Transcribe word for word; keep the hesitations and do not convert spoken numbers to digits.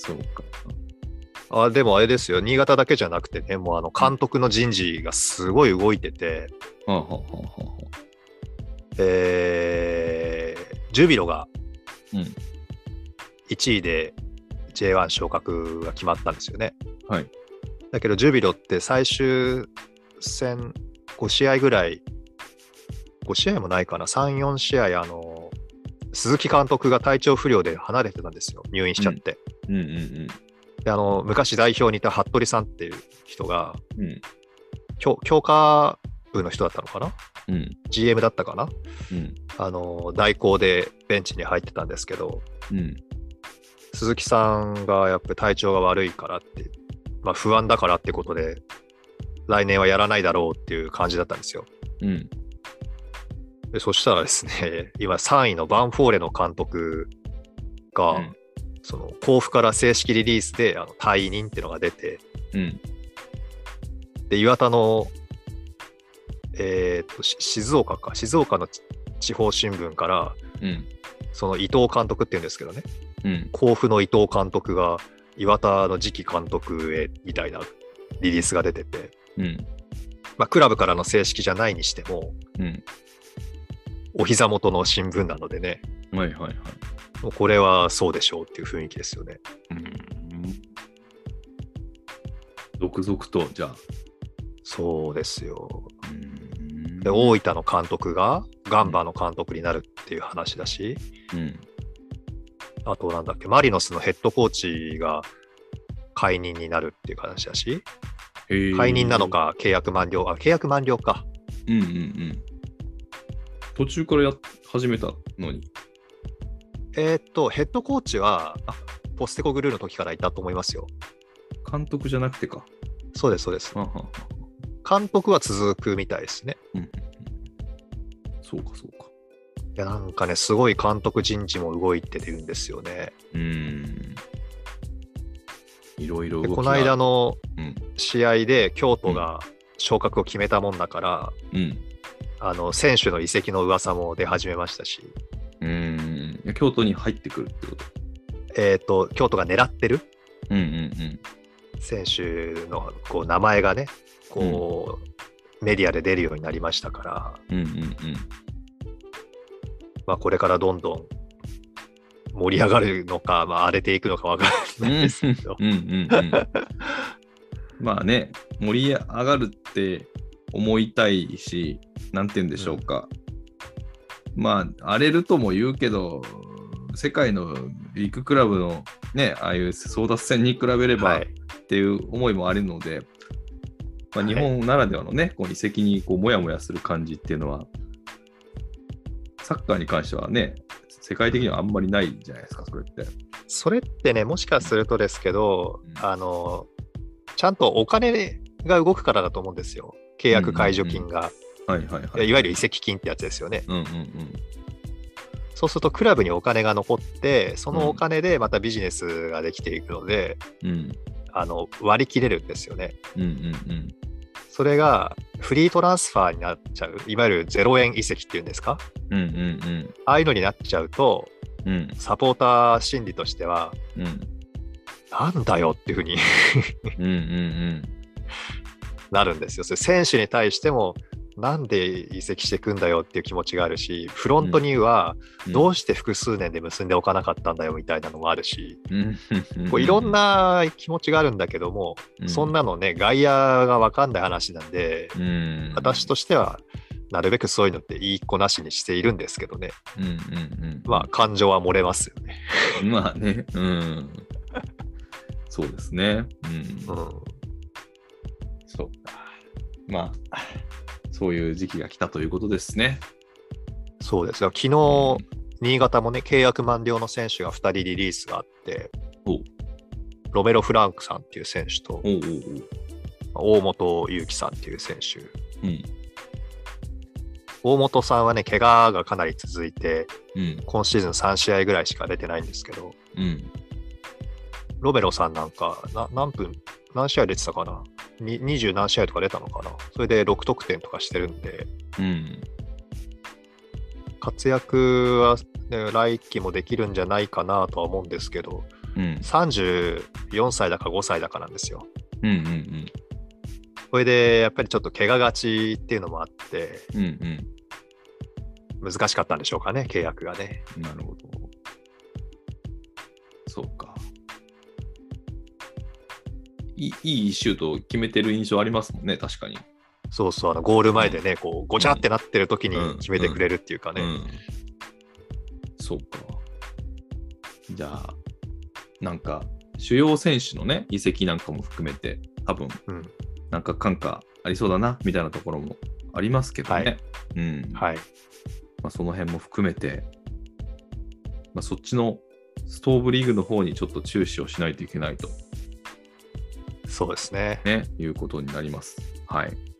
そうか。 あ、でもあれですよ、新潟だけじゃなくてね、もうあの監督の人事がすごい動いてて、 はあ、はあはあはあ、 えー、ジュビロがうん、 いちいで ジェイワン 昇格が決まったんですよね。 はい。 だけどジュビロって最終戦ご試合ぐらい、ご試合もないかな、さん、よん試合、あの、鈴木監督が体調不良で離れてたんですよ、入院しちゃって。 うんうんうんで、あの、昔代表にいた服部さんっていう人が、 うん。 強強化部の人だったのかな、 うん。 ジーエム だったかな、 うん。 あの、代行でベンチに入ってたんですけど、 うん。 鈴木さんがやっぱり体調が悪いからって、まあ不安だからってことで、来年はやらないだろうっていう感じだったんですよ。 うん。 でそしたらですね、今さんいのバンフォーレの監督が、うん、その甲府から正式リリースであの退任っていうのが出て、 うん、 で岩田の、えー、と静岡か静岡の地方新聞から、 うん、 その伊藤監督っていうんですけどね、 うん、 甲府の伊藤監督が岩田の次期監督へみたいなリリースが出てて、 うんまあ、クラブからの正式じゃないにしても、 うん、 お膝元の新聞なのでね、 はいはいはい、 もうこれはそうでしょうっていう雰囲気ですよね。 うん、続々とじゃあそうですよ。 うん、 で大分の監督がガンバの監督になるっていう話だし、 うん、 あとなんだっけ、マリノスのヘッドコーチが解任になるっていう話だし、解任なのか契約満了、あ、契約満了か。 うんうんうん。途中からやっ始めたのに。 えー、っと、ヘッドコーチはポステコグルーの時からいたと思いますよ。 監督じゃなくてか。 そうです、そうです。 ははは監督は続くみたいですね。 うんうんうん、そうか、そうか。 いや、なんかね、すごい監督人事も動いてるんですよね。 うーん。いろいろ動きが。 この間の試合で京都が昇格を決めたもんだから、 うん、 あの選手の移籍の噂も出始めましたし。 うーん。京都に入ってくるってこと？ えっと、京都が狙ってる、 うんうんうん、 選手のこう名前がね、こう、うん、メディアで出るようになりましたから、 うんうんうん、 まあ、これからどんどん盛り上がるのか、まあ、荒れていくのかわからないですけど。 まあね、盛り上がるって思いたいし、なんて言うんでしょうか。うん、まあ、荒れるとも言うけど、世界のビッグクラブのね、ああいう争奪戦に比べればっていう思いもあるので、はい、まあ、日本ならではのね、こう移籍にこうモヤモヤする感じっていうのは、サッカーに関してはね、世界的にはあんまりないじゃないですか、それって。 それってね、もしかするとですけど、うん、あの、ちゃんとお金が動くからだと思うんですよ。契約解除金が。いわゆる移籍金ってやつですよね。 うんうんうん、 そうするとクラブにお金が残って、そのお金でまたビジネスができていくので、うん、あの割り切れるんですよね。 うんうんうん、 それがフリートランスファーになっちゃう、いわゆるゼロえん移籍っていうんですか、 うんうんうん、 ああいうのになっちゃうと、うん、サポーター心理としては、うん、なんだよっていうふうにうんうん、うん、なるんですよ。それ選手に対してもなんで移籍していくんだよっていう気持ちがあるし、フロントにはどうして複数年で結んでおかなかったんだよみたいなのもあるし、うん、こういろんな気持ちがあるんだけども、うん、そんなのね外野が分かんない話なんで、うん、私としてはなるべくそういうのっていい子なしにしているんですけどね、うんうんうん、まあ感情は漏れますよね。 まあね、うん、そうですね、うんうん、そうか、まあそういう時期が来たということですね。 そうです。昨日、うん、新潟もね、契約満了の選手がふたりリリースがあって、ロメロ・フランクさんっていう選手と、おうおうおう大本祐樹さんっていう選手。うん、大本さんはね、怪我がかなり続いて、うん、今シーズンさん試合ぐらいしか出てないんですけど、うん、ロメロさんなんかな何分、何試合出てたかな、にじゅう何試合とか出たのかな、それでろく得点とかしてるんで、うん、活躍は、ね、来季もできるんじゃないかなとは思うんですけど、 うん、さんじゅうよんさいだかごさいだかなんですよ。 うんうんうん。 これでやっぱりちょっと怪我がちっていうのもあって、 うんうん、難しかったんでしょうかね、契約がね。 なるほど。そうか。いい、いいシュートを決めてる印象ありますもんね、確かに。 そうそう、あのゴール前でね、うん、こうごちゃってなってる時に決めてくれるっていうかね。 うんうんうん、そうか。じゃあ、なんか主要選手のね、移籍なんかも含めて、多分、うん、なんか感化ありそうだなみたいなところもありますけどね。はい、うんはいまあ、その辺も含めて、まあ、そっちのストーブリーグの方にちょっと注視をしないといけないと。 そうですね。 ね、いうことになります。はい。